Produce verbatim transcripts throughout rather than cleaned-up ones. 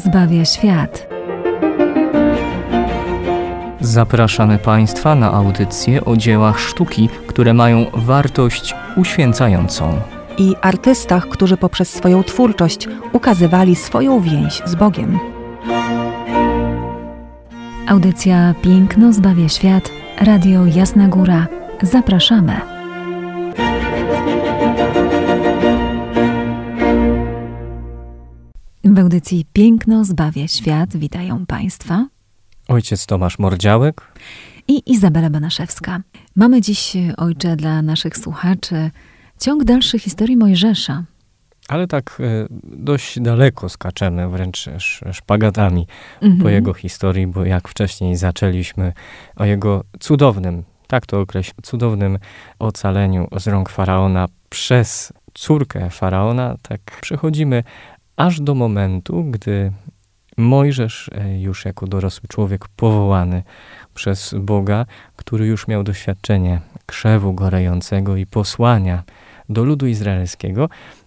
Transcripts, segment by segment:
zbawia świat. Zapraszamy Państwa na audycję o dziełach sztuki, które mają wartość uświęcającą. I artystach, którzy poprzez swoją twórczość ukazywali swoją więź z Bogiem. Audycja Piękno zbawia świat. Radio Jasna Góra. Zapraszamy. W audycji Piękno zbawia świat witają Państwa Ojciec Tomasz Mordziałek i Izabela Banaszewska. Mamy dziś, ojcze, dla naszych słuchaczy ciąg dalszy historii Mojżesza. Ale tak e, dość daleko skaczemy, wręcz sz, szpagatami Mhm. po jego historii, bo jak wcześniej zaczęliśmy o jego cudownym, tak to określę, cudownym ocaleniu z rąk Faraona przez córkę Faraona, tak przechodzimy aż do momentu, gdy Mojżesz, e, już jako dorosły człowiek powołany przez Boga, który już miał doświadczenie krzewu gorejącego i posłania do ludu izraelskiego,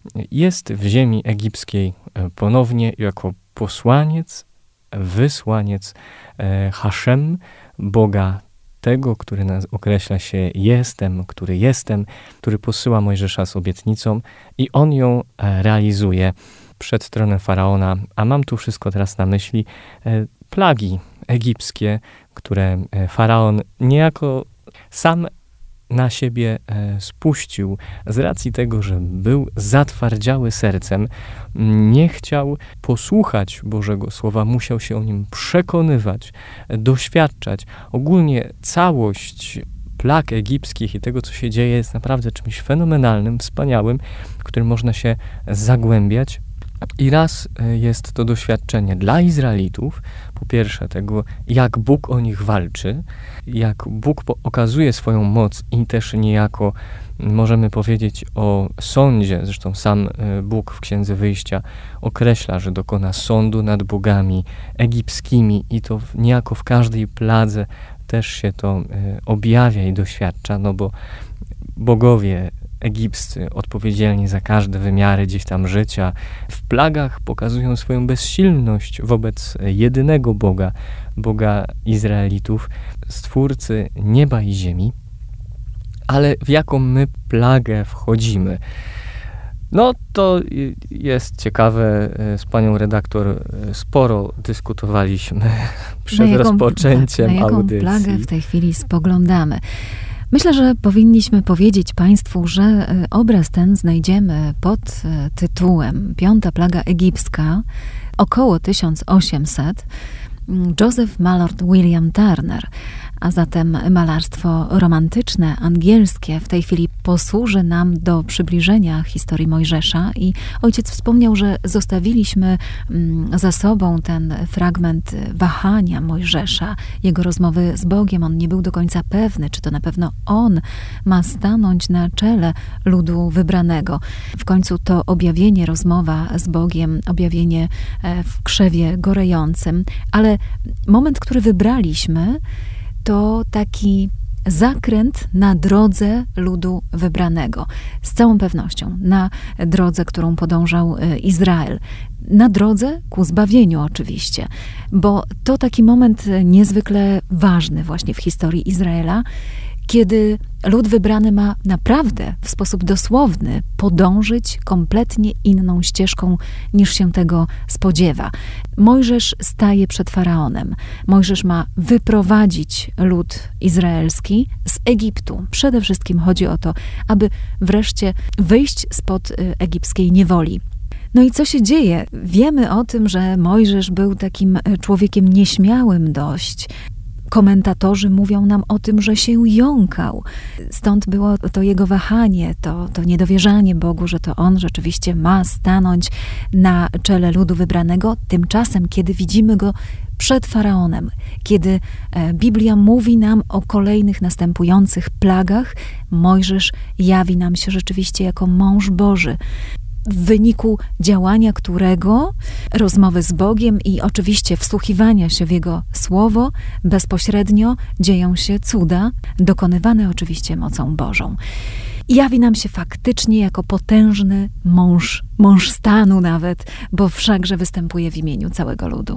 jest w ziemi egipskiej ponownie jako posłaniec, wysłaniec e, Haszem, Boga tego, który nas określa się jestem, który jestem, który posyła Mojżesza z obietnicą i on ją e, realizuje przed tronem Faraona. A mam tu wszystko teraz na myśli e, plagi egipskie, które e, Faraon niejako sam na siebie e, spuścił z racji tego, że był zatwardziały sercem, nie chciał posłuchać Bożego Słowa, musiał się o nim przekonywać, doświadczać. Ogólnie całość plag egipskich i tego, co się dzieje, jest naprawdę czymś fenomenalnym, wspaniałym, w którym można się zagłębiać. I raz jest to doświadczenie dla Izraelitów, po pierwsze tego, jak Bóg o nich walczy, jak Bóg okazuje swoją moc i też niejako możemy powiedzieć o sądzie, zresztą sam Bóg w Księdze Wyjścia określa, że dokona sądu nad bogami egipskimi i to niejako w każdej pladze też się to objawia i doświadcza, no bo bogowie egipscy, odpowiedzialni za każde wymiary gdzieś tam życia, w plagach pokazują swoją bezsilność wobec jedynego Boga, Boga Izraelitów, Stwórcy nieba i ziemi. Ale w jaką my plagę wchodzimy? No to jest ciekawe, z panią redaktor sporo dyskutowaliśmy przed na jaką, rozpoczęciem tak, na jaką audycji. plagę w tej chwili spoglądamy. Myślę, że powinniśmy powiedzieć Państwu, że obraz ten znajdziemy pod tytułem Piąta plaga egipska, około tysiąc osiemset, Joseph Mallord William Turner, a zatem malarstwo romantyczne, angielskie w tej chwili posłuży nam do przybliżenia historii Mojżesza i ojciec wspomniał, że zostawiliśmy za sobą ten fragment wahania Mojżesza, jego rozmowy z Bogiem. On nie był do końca pewny, czy to na pewno on ma stanąć na czele ludu wybranego. W końcu to objawienie, rozmowa z Bogiem, objawienie w krzewie gorejącym, ale moment, który wybraliśmy, to taki zakręt na drodze ludu wybranego. Z całą pewnością na drodze, którą podążał Izrael. Na drodze ku zbawieniu oczywiście, bo to taki moment niezwykle ważny właśnie w historii Izraela, kiedy lud wybrany ma naprawdę w sposób dosłowny podążyć kompletnie inną ścieżką, niż się tego spodziewa. Mojżesz staje przed Faraonem. Mojżesz ma wyprowadzić lud izraelski z Egiptu. Przede wszystkim chodzi o to, aby wreszcie wyjść spod egipskiej niewoli. No i co się dzieje? Wiemy o tym, że Mojżesz był takim człowiekiem nieśmiałym dość. Komentatorzy mówią nam o tym, że się jąkał. Stąd było to jego wahanie, to, to niedowierzanie Bogu, że to on rzeczywiście ma stanąć na czele ludu wybranego. Tymczasem, kiedy widzimy go przed Faraonem, kiedy Biblia mówi nam o kolejnych następujących plagach, Mojżesz jawi nam się rzeczywiście jako mąż Boży, w wyniku działania którego, rozmowy z Bogiem i oczywiście wsłuchiwania się w Jego Słowo, bezpośrednio dzieją się cuda, dokonywane oczywiście mocą Bożą. jawi nam się faktycznie jako potężny mąż, mąż stanu nawet, bo wszakże występuje w imieniu całego ludu.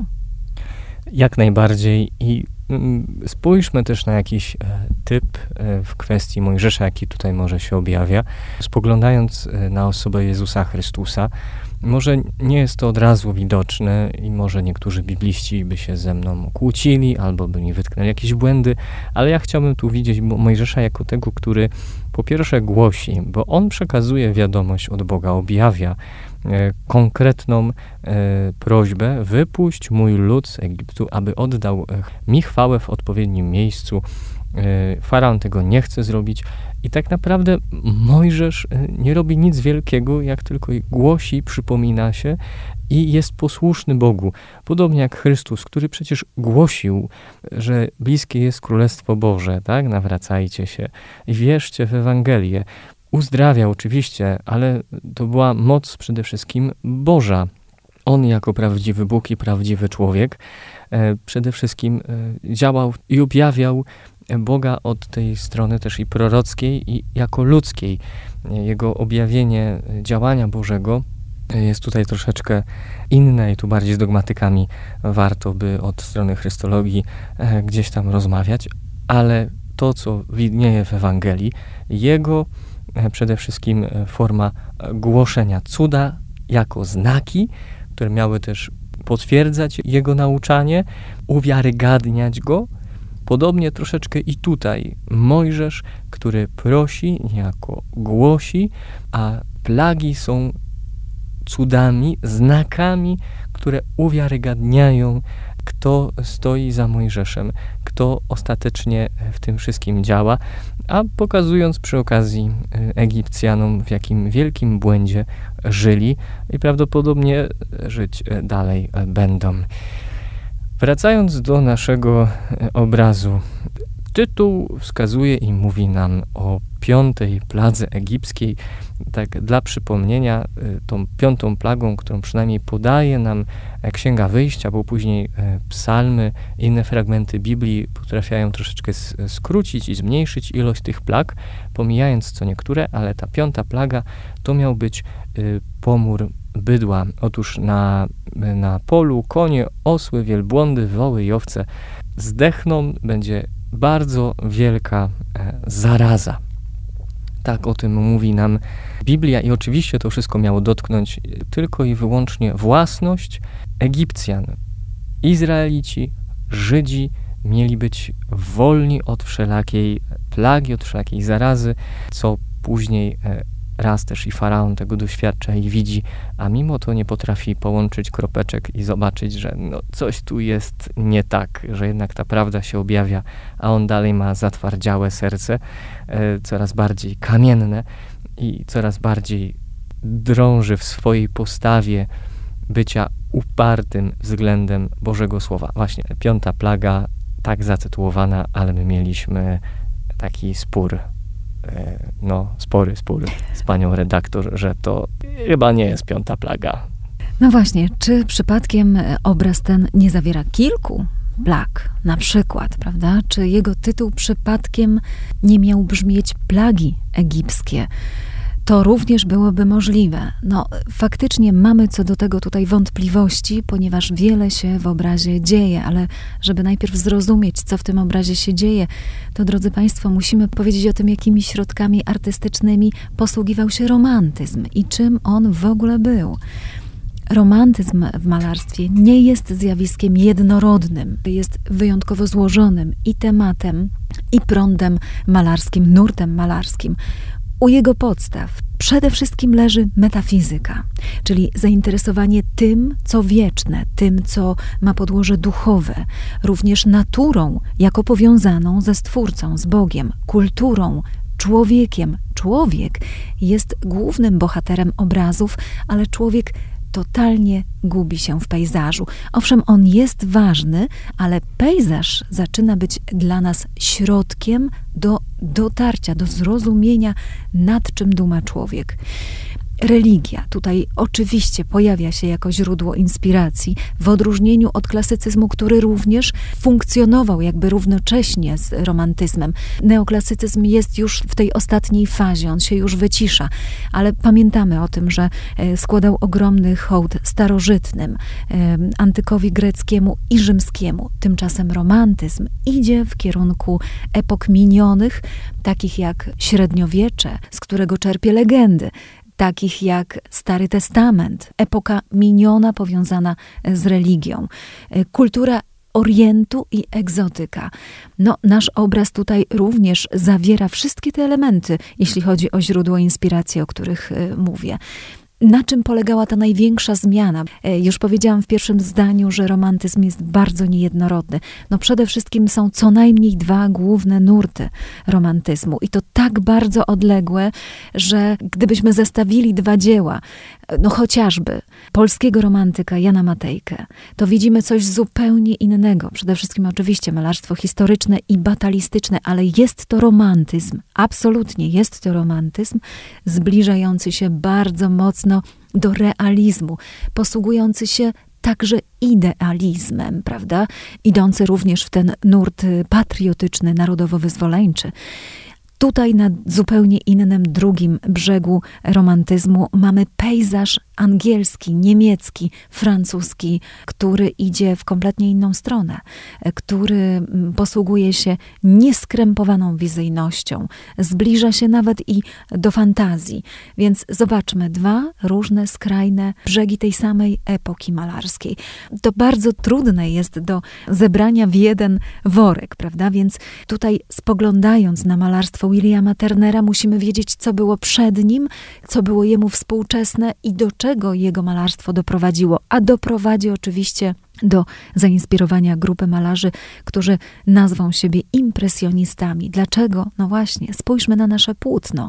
Jak najbardziej i mm, spójrzmy też na jakiś e, typ e, w kwestii Mojżesza, jaki tutaj może się objawia. Spoglądając e, na osobę Jezusa Chrystusa, może nie jest to od razu widoczne i może niektórzy bibliści by się ze mną kłócili albo by mi wytknęli jakieś błędy, ale ja chciałbym tu widzieć Mojżesza jako tego, który po pierwsze głosi, bo on przekazuje wiadomość od Boga, objawia e, konkretną e, prośbę: wypuść mój lud z Egiptu, aby oddał e, mi chwałę w odpowiednim miejscu. E, Faraon tego nie chce zrobić i tak naprawdę Mojżesz e, nie robi nic wielkiego, jak tylko głosi, przypomina się i jest posłuszny Bogu. Podobnie jak Chrystus, który przecież głosił, że bliskie jest Królestwo Boże, tak? Nawracajcie się i wierzcie w Ewangelię. Uzdrawiał oczywiście, ale to była moc przede wszystkim Boża. On jako prawdziwy Bóg i prawdziwy człowiek e, przede wszystkim e, działał i objawiał Boga od tej strony też i prorockiej, i jako ludzkiej. Jego objawienie działania Bożego jest tutaj troszeczkę inne i tu bardziej z dogmatykami warto by od strony chrystologii e, gdzieś tam rozmawiać, ale to, co widnieje w Ewangelii, jego e, przede wszystkim e, forma głoszenia cuda jako znaki, które miały też potwierdzać jego nauczanie, uwiarygadniać go. Podobnie troszeczkę i tutaj Mojżesz, który prosi, niejako głosi, a plagi są cudami, znakami, które uwiarygadniają, kto stoi za Mojżeszem, kto ostatecznie w tym wszystkim działa, a pokazując przy okazji Egipcjanom, w jakim wielkim błędzie żyli i prawdopodobnie żyć dalej będą. Wracając do naszego obrazu, tytuł wskazuje i mówi nam o piątej pladze egipskiej. Tak dla przypomnienia, tą piątą plagą, którą przynajmniej podaje nam Księga Wyjścia, bo później psalmy, inne fragmenty Biblii potrafiają troszeczkę skrócić i zmniejszyć ilość tych plag, pomijając co niektóre, ale ta piąta plaga to miał być pomór bydła. Otóż na, na polu konie, osły, wielbłądy, woły i owce zdechną, będzie bardzo wielka e, zaraza. Tak o tym mówi nam Biblia i oczywiście to wszystko miało dotknąć tylko i wyłącznie własność Egipcjan. Izraelici, Żydzi mieli być wolni od wszelakiej plagi, od wszelakiej zarazy, co później e, raz też i Faraon tego doświadcza i widzi, a mimo to nie potrafi połączyć kropeczek i zobaczyć, że no coś tu jest nie tak, że jednak ta prawda się objawia, a on dalej ma zatwardziałe serce, e, coraz bardziej kamienne i coraz bardziej drąży w swojej postawie bycia upartym względem Bożego Słowa. Właśnie piąta plaga, tak zatytułowana, ale my mieliśmy taki spór, no spory, spory z panią redaktor, że to chyba nie jest piąta plaga. No właśnie, czy przypadkiem obraz ten nie zawiera kilku plag, na przykład, prawda? Czy jego tytuł przypadkiem nie miał brzmieć plagi egipskie? To również byłoby możliwe. No, faktycznie mamy co do tego tutaj wątpliwości, ponieważ wiele się w obrazie dzieje, ale żeby najpierw zrozumieć, co w tym obrazie się dzieje, to, drodzy Państwo, musimy powiedzieć o tym, jakimi środkami artystycznymi posługiwał się romantyzm i czym on w ogóle był. Romantyzm w malarstwie nie jest zjawiskiem jednorodnym. Jest wyjątkowo złożonym i tematem, i prądem malarskim, nurtem malarskim. U jego podstaw przede wszystkim leży metafizyka, czyli zainteresowanie tym, co wieczne, tym, co ma podłoże duchowe, również naturą jako powiązaną ze Stwórcą, z Bogiem, kulturą, człowiekiem. Człowiek jest głównym bohaterem obrazów, ale człowiek totalnie gubi się w pejzażu. Owszem, on jest ważny, ale pejzaż zaczyna być dla nas środkiem do dotarcia, do zrozumienia, nad czym duma człowiek. Religia tutaj oczywiście pojawia się jako źródło inspiracji, w odróżnieniu od klasycyzmu, który również funkcjonował jakby równocześnie z romantyzmem. Neoklasycyzm jest już w tej ostatniej fazie, on się już wycisza, ale pamiętamy o tym, że składał ogromny hołd starożytnym, antykowi greckiemu i rzymskiemu. Tymczasem romantyzm idzie w kierunku epok minionych, takich jak średniowiecze, z którego czerpie legendy, takich jak Stary Testament, epoka miniona powiązana z religią, kultura Orientu i egzotyka. No, nasz obraz tutaj również zawiera wszystkie te elementy, jeśli chodzi o źródło inspiracji, o których y, mówię. Na czym polegała ta największa zmiana? Już powiedziałam w pierwszym zdaniu, że romantyzm jest bardzo niejednorodny. No przede wszystkim są co najmniej dwa główne nurty romantyzmu i to tak bardzo odległe, że gdybyśmy zestawili dwa dzieła, no chociażby polskiego romantyka Jana Matejkę, to widzimy coś zupełnie innego. Przede wszystkim oczywiście malarstwo historyczne i batalistyczne, ale jest to romantyzm, absolutnie jest to romantyzm, zbliżający się bardzo mocno do realizmu, posługujący się także idealizmem, prawda? Idący również w ten nurt patriotyczny, narodowo-wyzwoleńczy. Tutaj na zupełnie innym, drugim brzegu romantyzmu mamy pejzaż angielski, niemiecki, francuski, który idzie w kompletnie inną stronę, który posługuje się nieskrępowaną wizyjnością, zbliża się nawet i do fantazji. Więc zobaczmy, dwa różne, skrajne brzegi tej samej epoki malarskiej. To bardzo trudne jest do zebrania w jeden worek, prawda? Więc tutaj spoglądając na malarstwo Williama Turnera musimy wiedzieć, co było przed nim, co było jemu współczesne i do czego jego malarstwo doprowadziło. A doprowadzi oczywiście do zainspirowania grupy malarzy, którzy nazwą siebie impresjonistami. Dlaczego? No właśnie, spójrzmy na nasze płótno.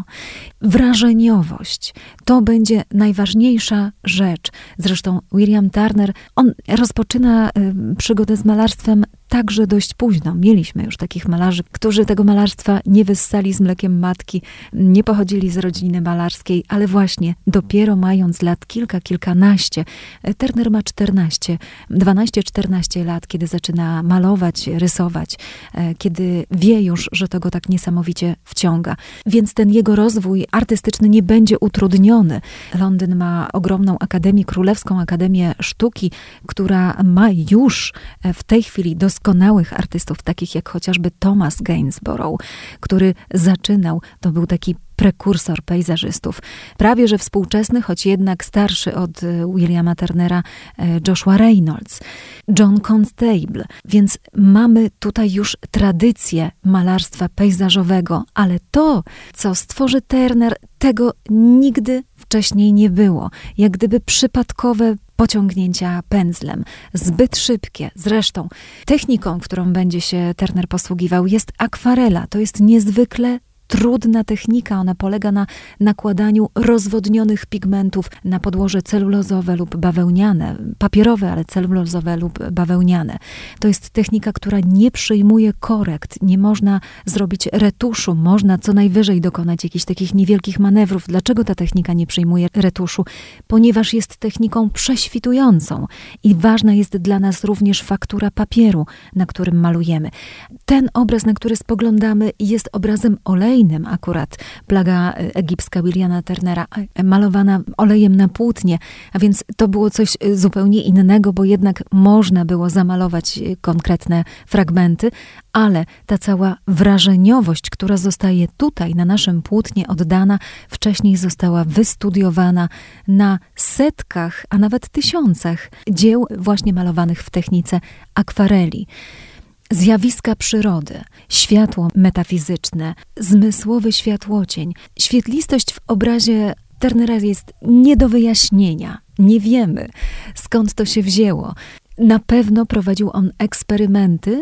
Wrażeniowość. To będzie najważniejsza rzecz. Zresztą William Turner, on rozpoczyna y, przygodę z malarstwem także dość późno. Mieliśmy już takich malarzy, którzy tego malarstwa nie wyssali z mlekiem matki, nie pochodzili z rodziny malarskiej, ale właśnie dopiero mając lat kilka, kilkanaście, Turner ma czternaście, dwanaście czternaście lat, kiedy zaczyna malować, rysować, kiedy wie już, że to go tak niesamowicie wciąga. Więc ten jego rozwój artystyczny nie będzie utrudniony. Londyn ma ogromną akademię, Królewską Akademię Sztuki, która ma już w tej chwili doskonałych artystów, takich jak chociażby Thomas Gainsborough, który zaczynał, to był taki prekursor pejzażystów. Prawie że współczesny, choć jednak starszy od Williama Turnera, Joshua Reynolds, John Constable. Więc mamy tutaj już tradycję malarstwa pejzażowego, ale to, co stworzy Turner, tego nigdy wcześniej nie było. Jak gdyby przypadkowe pociągnięcia pędzlem. Zbyt szybkie. Zresztą techniką, którą będzie się Turner posługiwał, jest akwarela. To jest niezwykle trudna technika, ona polega na nakładaniu rozwodnionych pigmentów na podłoże celulozowe lub bawełniane, papierowe, ale celulozowe lub bawełniane. To jest technika, która nie przyjmuje korekt, nie można zrobić retuszu, można co najwyżej dokonać jakichś takich niewielkich manewrów. Dlaczego ta technika nie przyjmuje retuszu? Ponieważ jest techniką prześwitującą i ważna jest dla nas również faktura papieru, na którym malujemy. Ten obraz, na który spoglądamy, jest obrazem olejnym, akurat plaga egipska Williama Turnera, malowana olejem na płótnie, a więc to było coś zupełnie innego, bo jednak można było zamalować konkretne fragmenty, ale ta cała wrażeniowość, która zostaje tutaj na naszym płótnie oddana, wcześniej została wystudiowana na setkach, a nawet tysiącach dzieł właśnie malowanych w technice akwareli. Zjawiska przyrody, światło metafizyczne, zmysłowy światłocień. Świetlistość w obrazie Turnera jest nie do wyjaśnienia. Nie wiemy, skąd to się wzięło. Na pewno prowadził on eksperymenty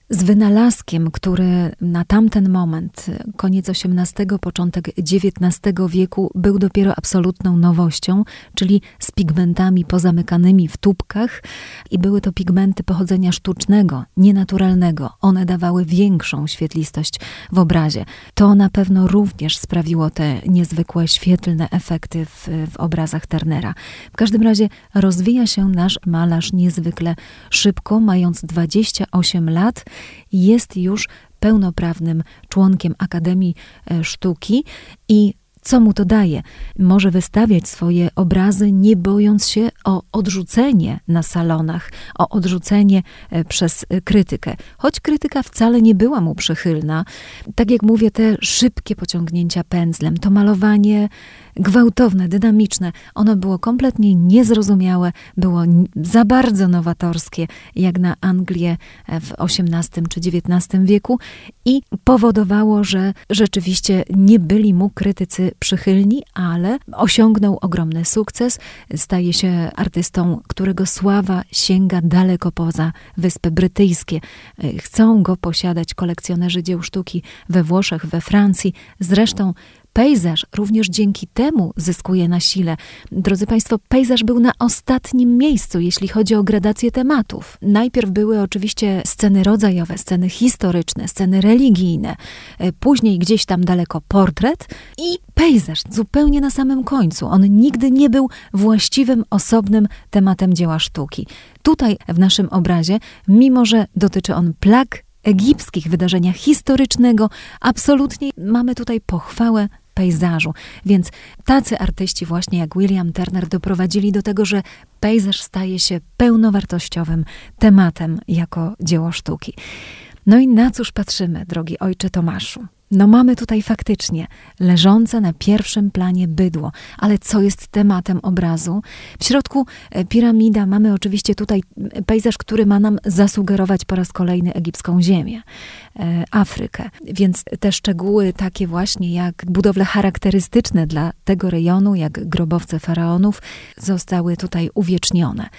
Z wynalazkiem, który na tamten moment, koniec osiemnastego, początek dziewiętnastego wieku, był dopiero absolutną nowością, czyli z pigmentami pozamykanymi w tubkach i były to pigmenty pochodzenia sztucznego, nienaturalnego. One dawały większą świetlistość w obrazie. To na pewno również sprawiło te niezwykłe, świetlne efekty w, w obrazach Turnera. W każdym razie rozwija się nasz malarz niezwykle szybko, mając dwadzieścia osiem lat, jest już pełnoprawnym członkiem Akademii Sztuki i co mu to daje? Może wystawiać swoje obrazy, nie bojąc się o odrzucenie na salonach, o odrzucenie przez krytykę. Choć krytyka wcale nie była mu przychylna. Tak jak mówię, te szybkie pociągnięcia pędzlem, to malowanie gwałtowne, dynamiczne, ono było kompletnie niezrozumiałe, było za bardzo nowatorskie, jak na Anglię w osiemnastym czy dziewiętnastym wieku i powodowało, że rzeczywiście nie byli mu krytycy przychylni, ale osiągnął ogromny sukces. Staje się artystą, którego sława sięga daleko poza Wyspy Brytyjskie. Chcą go posiadać kolekcjonerzy dzieł sztuki we Włoszech, we Francji. Zresztą pejzaż również dzięki temu zyskuje na sile. Drodzy Państwo, pejzaż był na ostatnim miejscu, jeśli chodzi o gradację tematów. Najpierw były oczywiście sceny rodzajowe, sceny historyczne, sceny religijne. Później gdzieś tam daleko portret i pejzaż zupełnie na samym końcu. On nigdy nie był właściwym, osobnym tematem dzieła sztuki. Tutaj w naszym obrazie, mimo że dotyczy on plag egipskich, wydarzenia historycznego, absolutnie mamy tutaj pochwałę pejzażu. Więc tacy artyści właśnie jak William Turner doprowadzili do tego, że pejzaż staje się pełnowartościowym tematem jako dzieło sztuki. No i na cóż patrzymy, drogi ojcze Tomaszu? No mamy tutaj faktycznie leżące na pierwszym planie bydło, ale co jest tematem obrazu? W środku piramida, mamy oczywiście tutaj pejzaż, który ma nam zasugerować po raz kolejny egipską ziemię, e, Afrykę. Więc te szczegóły takie właśnie jak budowle charakterystyczne dla tego rejonu, jak grobowce faraonów, zostały tutaj uwiecznione.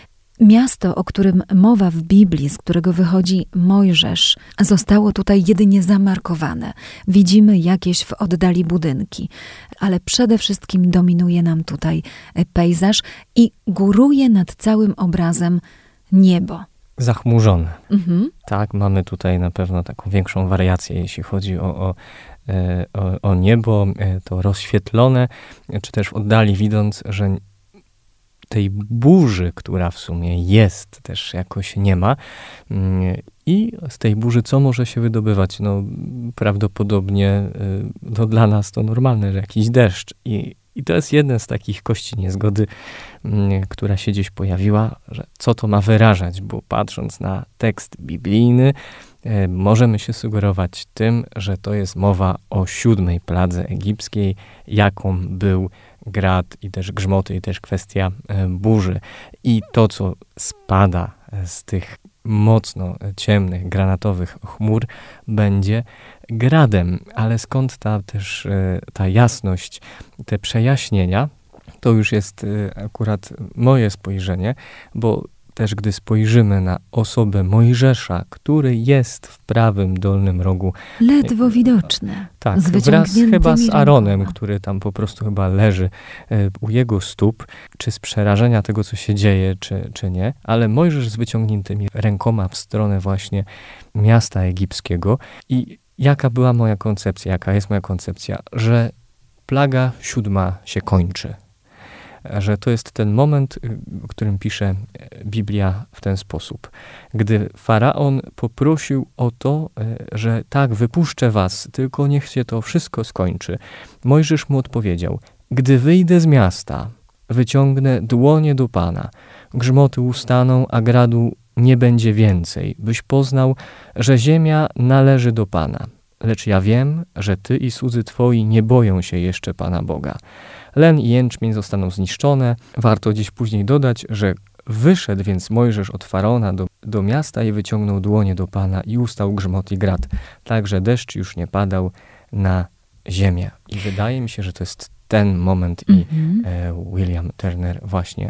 Miasto, o którym mowa w Biblii, z którego wychodzi Mojżesz, zostało tutaj jedynie zamarkowane. Widzimy jakieś w oddali budynki, ale przede wszystkim dominuje nam tutaj pejzaż i góruje nad całym obrazem niebo. Zachmurzone. Mhm. Tak, mamy tutaj na pewno taką większą wariację, jeśli chodzi o, o, o, o niebo, to rozświetlone, czy też w oddali widząc, że tej burzy, która w sumie jest, też jakoś nie ma. I z tej burzy co może się wydobywać? No prawdopodobnie no, dla nas to normalne, że jakiś deszcz. I, i to jest jeden z takich kości niezgody, która się gdzieś pojawiła, że co to ma wyrażać, bo patrząc na tekst biblijny, możemy się sugerować tym, że to jest mowa o siódmej pladze egipskiej, jaką był grad i też grzmoty i też kwestia burzy. I to, co spada z tych mocno ciemnych, granatowych chmur, będzie gradem. Ale skąd ta też ta jasność, te przejaśnienia, to już jest akurat moje spojrzenie, bo też gdy spojrzymy na osobę Mojżesza, który jest w prawym dolnym rogu. Ledwo widoczne. Tak, wraz chyba z Aaronem, który tam po prostu chyba leży e, u jego stóp, czy z przerażenia tego, co się dzieje, czy, czy nie. Ale Mojżesz z wyciągniętymi rękoma w stronę właśnie miasta egipskiego. I jaka była moja koncepcja, jaka jest moja koncepcja, że plaga siódma się kończy. Że to jest ten moment, o którym pisze Biblia w ten sposób. Gdy Faraon poprosił o to, że tak, wypuszczę was, tylko niech się to wszystko skończy. Mojżesz mu odpowiedział, gdy wyjdę z miasta, wyciągnę dłonie do Pana, grzmoty ustaną, a gradu nie będzie więcej, byś poznał, że ziemia należy do Pana. Lecz ja wiem, że ty i słudzy twoi nie boją się jeszcze Pana Boga. Len i jęczmień zostaną zniszczone. Warto gdzieś później dodać, że wyszedł więc Mojżesz od Faraona do, do miasta i wyciągnął dłonie do Pana i ustał grzmot i grad. Także deszcz już nie padał na ziemię. I wydaje mi się, że to jest ten moment mm-hmm. i e, William Turner właśnie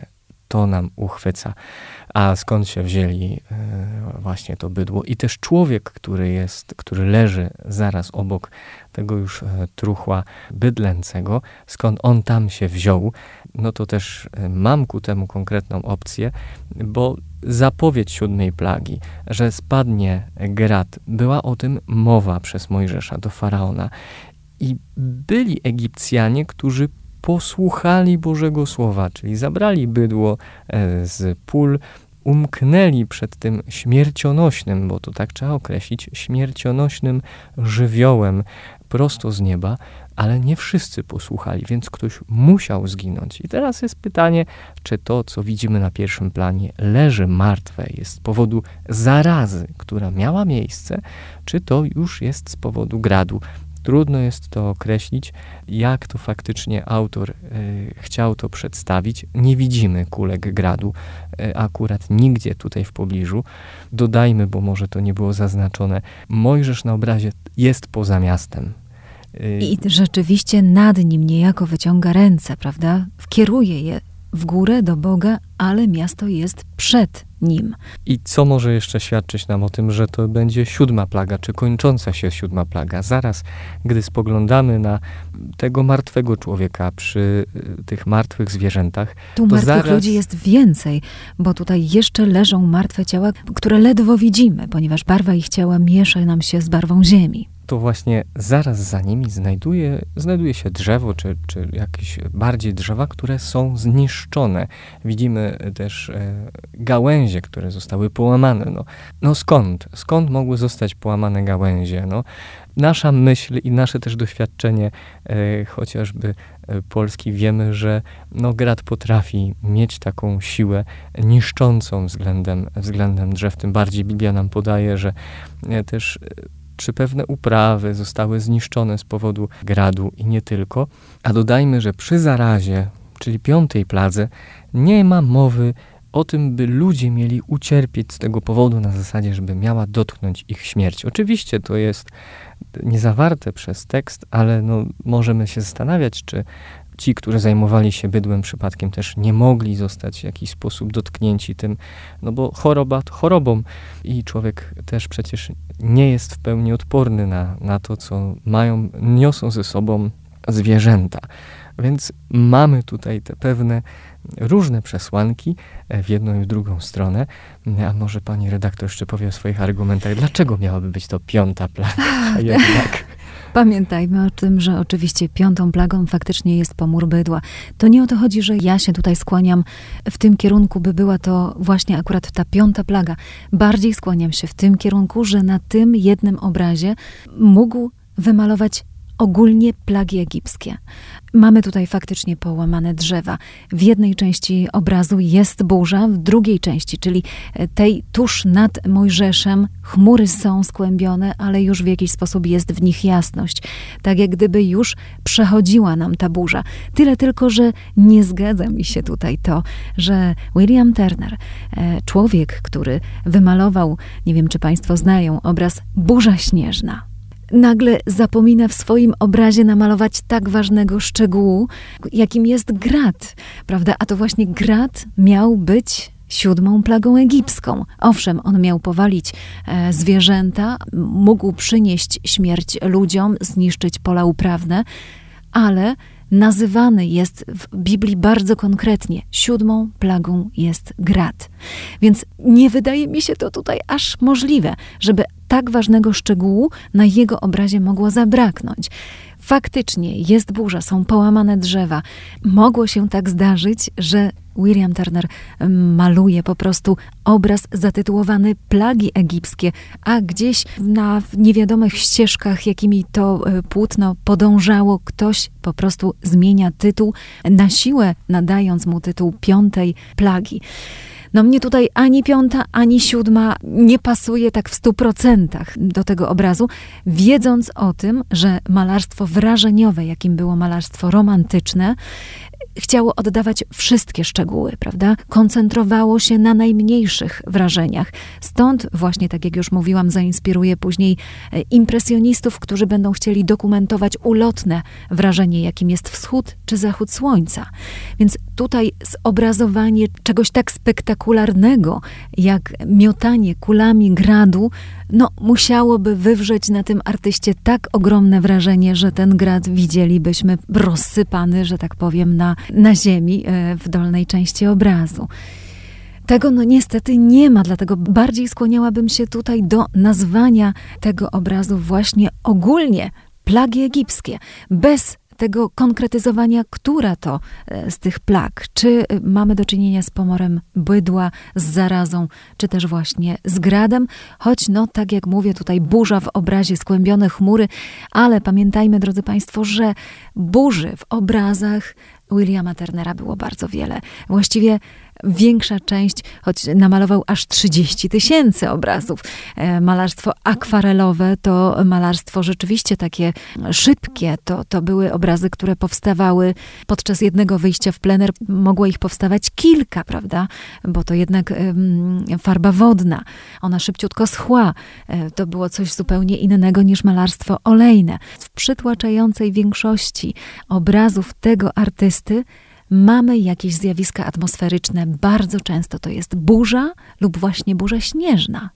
to nam uchwyca. A skąd się wzięli właśnie to bydło? I też człowiek, który jest, który leży zaraz obok tego już truchła bydlęcego, skąd on tam się wziął, no to też mam ku temu konkretną opcję, bo zapowiedź siódmej plagi, że spadnie grat, była o tym mowa przez Mojżesza do Faraona. I byli Egipcjanie, którzy posłuchali Bożego Słowa, czyli zabrali bydło z pól, umknęli przed tym śmiercionośnym, bo to tak trzeba określić, śmiercionośnym żywiołem prosto z nieba, ale nie wszyscy posłuchali, więc ktoś musiał zginąć. I teraz jest pytanie, czy to, co widzimy na pierwszym planie, leży martwe, jest z powodu zarazy, która miała miejsce, czy to już jest z powodu gradu. Trudno jest to określić, jak to faktycznie autor y, chciał to przedstawić. Nie widzimy kulek gradu, y, akurat nigdzie tutaj w pobliżu. Dodajmy, bo może to nie było zaznaczone, Mojżesz na obrazie jest poza miastem. Y, I rzeczywiście nad nim niejako wyciąga ręce, prawda? Kieruje je w górę do Boga, ale miasto jest przed nim. I co może jeszcze świadczyć nam o tym, że to będzie siódma plaga, czy kończąca się siódma plaga? Zaraz, gdy spoglądamy na tego martwego człowieka przy tych martwych zwierzętach, tu to martwych zaraz... ludzi jest więcej, bo tutaj jeszcze leżą martwe ciała, które ledwo widzimy, ponieważ barwa ich ciała miesza nam się z barwą ziemi. To właśnie zaraz za nimi znajduje, znajduje się drzewo, czy, czy jakieś bardziej drzewa, które są zniszczone. Widzimy też e, gałęzie, które zostały połamane. No, no skąd? Skąd mogły zostać połamane gałęzie? No, nasza myśl i nasze też doświadczenie, e, chociażby e, Polski, wiemy, że no, grad potrafi mieć taką siłę niszczącą względem, względem drzew. Tym bardziej Biblia nam podaje, że e, też e, czy pewne uprawy zostały zniszczone z powodu gradu i nie tylko. A dodajmy, że przy zarazie, czyli piątej pladze, nie ma mowy o tym, by ludzie mieli ucierpieć z tego powodu na zasadzie, żeby miała dotknąć ich śmierć. Oczywiście to jest niezawarte przez tekst, ale no, możemy się zastanawiać, czy ci, którzy zajmowali się bydłem, przypadkiem też nie mogli zostać w jakiś sposób dotknięci tym, no bo choroba to chorobą i człowiek też przecież nie jest w pełni odporny na, na to, co mają, niosą ze sobą zwierzęta. Więc mamy tutaj te pewne różne przesłanki w jedną i w drugą stronę. A może pani redaktor jeszcze powie o swoich argumentach, dlaczego miałaby być to piąta plaga, a jednak... Pamiętajmy o tym, że oczywiście piątą plagą faktycznie jest pomór bydła. To nie o to chodzi, że ja się tutaj skłaniam w tym kierunku, by była to właśnie akurat ta piąta plaga. Bardziej skłaniam się w tym kierunku, że na tym jednym obrazie mógł wymalować ogólnie plagi egipskie. Mamy tutaj faktycznie połamane drzewa. W jednej części obrazu jest burza, w drugiej części, czyli tej tuż nad Mojżeszem, chmury są skłębione, ale już w jakiś sposób jest w nich jasność. Tak jak gdyby już przechodziła nam ta burza. Tyle tylko, że nie zgadza mi się tutaj to, że William Turner, człowiek, który wymalował, nie wiem czy państwo znają, obraz Burza Śnieżna, nagle zapomina w swoim obrazie namalować tak ważnego szczegółu, jakim jest grad, prawda? A to właśnie grad miał być siódmą plagą egipską. Owszem, on miał powalić e, zwierzęta, mógł przynieść śmierć ludziom, zniszczyć pola uprawne, ale nazywany jest w Biblii bardzo konkretnie. Siódmą plagą jest grad. Więc nie wydaje mi się to tutaj aż możliwe, żeby tak ważnego szczegółu na jego obrazie mogło zabraknąć. Faktycznie jest burza, są połamane drzewa. Mogło się tak zdarzyć, że William Turner maluje po prostu obraz zatytułowany Plagi egipskie, a gdzieś na niewiadomych ścieżkach, jakimi to płótno podążało, ktoś po prostu zmienia tytuł, na siłę nadając mu tytuł Piątej Plagi. No mnie tutaj ani piąta, ani siódma nie pasuje tak w stu procentach do tego obrazu, wiedząc o tym, że malarstwo wrażeniowe, jakim było malarstwo romantyczne, chciało oddawać wszystkie szczegóły, prawda? Koncentrowało się na najmniejszych wrażeniach. Stąd właśnie, tak jak już mówiłam, zainspiruje później impresjonistów, którzy będą chcieli dokumentować ulotne wrażenie, jakim jest wschód czy zachód słońca. Więc tutaj zobrazowanie czegoś tak spektakularnego, jak miotanie kulami gradu, no musiałoby wywrzeć na tym artyście tak ogromne wrażenie, że ten grad widzielibyśmy rozsypany, że tak powiem, na, na ziemi w dolnej części obrazu. Tego no niestety nie ma, dlatego bardziej skłaniałabym się tutaj do nazwania tego obrazu właśnie ogólnie plagi egipskie, bez tego konkretyzowania, która to z tych plag, czy mamy do czynienia z pomorem bydła, z zarazą, czy też właśnie z gradem, choć no tak jak mówię tutaj burza w obrazie, skłębione chmury, ale pamiętajmy, drodzy Państwo, że burzy w obrazach Williama Turnera było bardzo wiele. Właściwie większa część, choć namalował aż trzydzieści tysięcy obrazów. Malarstwo akwarelowe to malarstwo rzeczywiście takie szybkie. To, to były obrazy, które powstawały podczas jednego wyjścia w plener. Mogło ich powstawać kilka, prawda? Bo to jednak um, farba wodna. Ona szybciutko schła. To było coś zupełnie innego niż malarstwo olejne. W przytłaczającej większości obrazów tego artysty mamy jakieś zjawiska atmosferyczne. Bardzo często to jest burza lub właśnie burza śnieżna.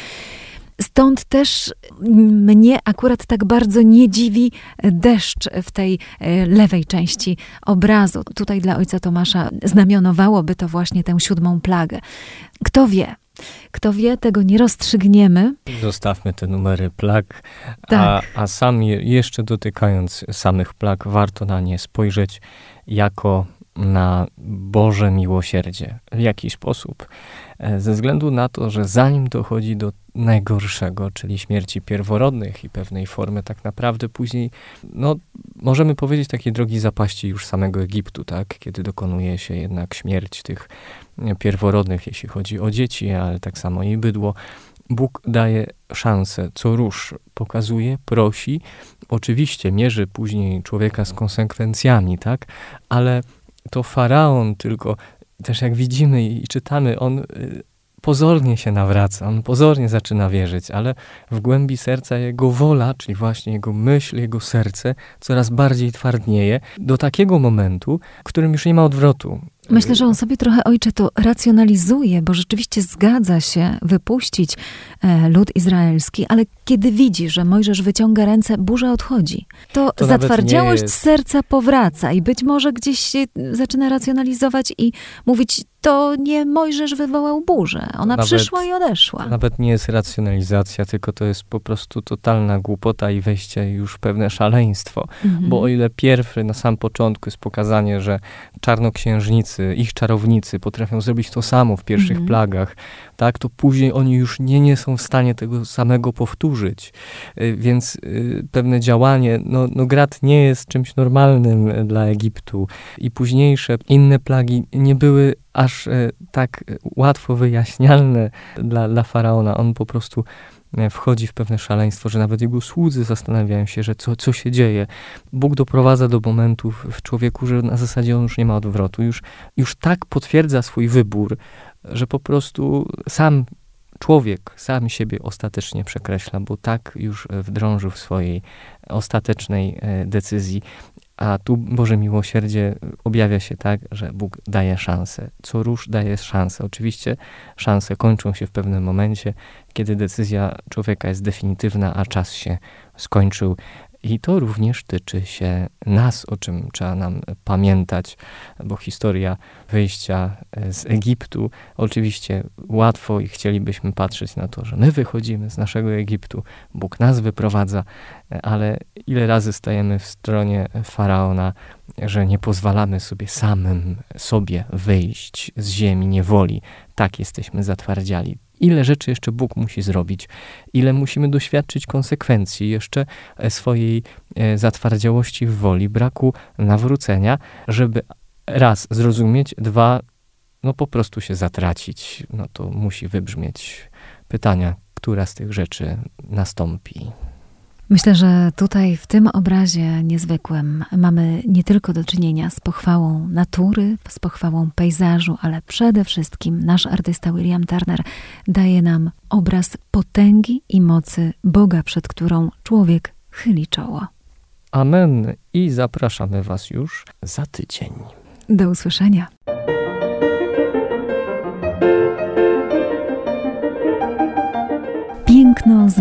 Stąd też mnie akurat tak bardzo nie dziwi deszcz w tej lewej części obrazu. Tutaj dla ojca Tomasza znamionowałoby to właśnie tę siódmą plagę. Kto wie? Kto wie, tego nie rozstrzygniemy. Zostawmy te numery plag, tak. a, a sami jeszcze dotykając samych plag, warto na nie spojrzeć jako na Boże miłosierdzie. W jaki sposób? Ze względu na to, że zanim dochodzi do najgorszego, czyli śmierci pierworodnych i pewnej formy tak naprawdę później, no możemy powiedzieć takiej drogi zapaści już samego Egiptu, tak? Kiedy dokonuje się jednak śmierć tych pierworodnych, jeśli chodzi o dzieci, ale tak samo i bydło. Bóg daje szansę, co róż pokazuje, prosi, oczywiście mierzy później człowieka z konsekwencjami, tak? Ale to faraon tylko, też jak widzimy i czytamy, on pozornie się nawraca, on pozornie zaczyna wierzyć, ale w głębi serca jego wola, czyli właśnie jego myśl, jego serce coraz bardziej twardnieje do takiego momentu, w którym już nie ma odwrotu. Myślę, że on sobie trochę, ojcze, to racjonalizuje, bo rzeczywiście zgadza się wypuścić e, lud izraelski, ale kiedy widzi, że Mojżesz wyciąga ręce, burza odchodzi. To, to zatwardziałość jest... serca powraca i być może gdzieś się zaczyna racjonalizować i mówić, to nie Mojżesz wywołał burzę. Ona nawet, przyszła i odeszła. To nawet nie jest racjonalizacja, tylko to jest po prostu totalna głupota i wejście już w pewne szaleństwo. Mhm. Bo o ile pierwszy na sam początku jest pokazanie, że czarnoksiężnicy, ich czarownicy potrafią zrobić to samo w pierwszych mhm. plagach, tak, to później oni już nie, nie są w stanie tego samego powtórzyć. Więc y, pewne działanie, no, no grad nie jest czymś normalnym dla Egiptu i późniejsze inne plagi nie były aż e, tak łatwo wyjaśnialne dla, dla faraona. On po prostu e, wchodzi w pewne szaleństwo, że nawet jego słudzy zastanawiają się, że co, co się dzieje. Bóg doprowadza do momentów w człowieku, że na zasadzie on już nie ma odwrotu. Już, już tak potwierdza swój wybór, że po prostu sam człowiek sam siebie ostatecznie przekreśla, bo tak już wdrążył w swojej ostatecznej e, decyzji. A tu Boże miłosierdzie objawia się tak, że Bóg daje szansę. Co róż daje szansę. Oczywiście szanse kończą się w pewnym momencie, kiedy decyzja człowieka jest definitywna, a czas się skończył. I to również tyczy się nas, o czym trzeba nam pamiętać, bo historia wyjścia z Egiptu, oczywiście łatwo i chcielibyśmy patrzeć na to, że my wychodzimy z naszego Egiptu, Bóg nas wyprowadza, ale ile razy stajemy w stronie faraona, że nie pozwalamy sobie samym sobie wyjść z ziemi niewoli. Tak jesteśmy zatwardziali. Ile rzeczy jeszcze Bóg musi zrobić, ile musimy doświadczyć konsekwencji jeszcze swojej zatwardziałości w woli, braku nawrócenia, żeby raz zrozumieć, dwa, no po prostu się zatracić. No to musi wybrzmieć pytania, która z tych rzeczy nastąpi. Myślę, że tutaj w tym obrazie niezwykłym mamy nie tylko do czynienia z pochwałą natury, z pochwałą pejzażu, ale przede wszystkim nasz artysta William Turner daje nam obraz potęgi i mocy Boga, przed którą człowiek chyli czoło. Amen i zapraszamy Was już za tydzień. Do usłyszenia.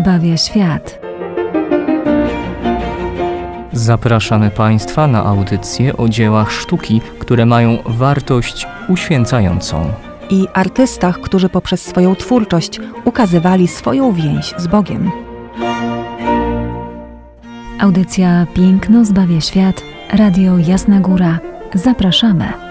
zbawia świat. Zapraszamy Państwa na audycje o dziełach sztuki, które mają wartość uświęcającą. I artystach, którzy poprzez swoją twórczość ukazywali swoją więź z Bogiem. Audycja Piękno zbawia świat. Radio Jasna Góra. Zapraszamy.